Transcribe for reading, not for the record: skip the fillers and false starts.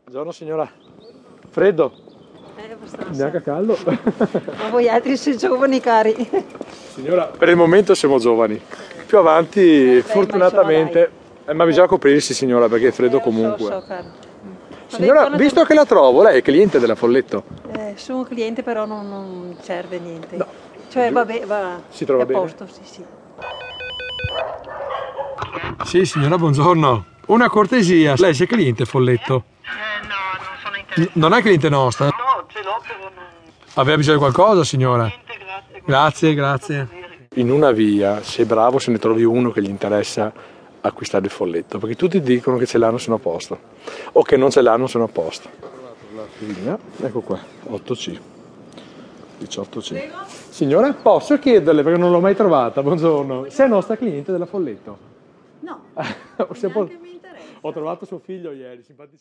Buongiorno signora. Freddo? Abbastanza. Neanche caldo. Ma voi altri siete giovani, cari. Signora, per il momento siamo giovani. Più avanti, fortunatamente, ma bisogna coprirsi signora perché è freddo comunque. So, caro. Signora, visto che la trovo, lei è cliente della Folletto? Sono cliente però non serve niente. No. Cioè vabbè, Si trova è a bene? posto, sì. Sì signora, buongiorno. Una cortesia, lei è cliente Folletto? No, non sono interessata. Non è cliente nostra? No, ce l'ho però non... Aveva bisogno di qualcosa signora? Niente, grazie. Grazie. In una via, se è bravo, se ne trovi uno che gli interessa acquistare il folletto, perché tutti dicono che ce l'hanno sono a posto, o che non ce l'hanno sono a posto. Ho trovato la linea, ecco qua, 8C, 18C. Prego? Signora, posso chiederle, perché non l'ho mai trovata, buongiorno, se è nostra cliente della Folletto? No, Ho neanche mi interessa. trovato suo figlio ieri, simpatico.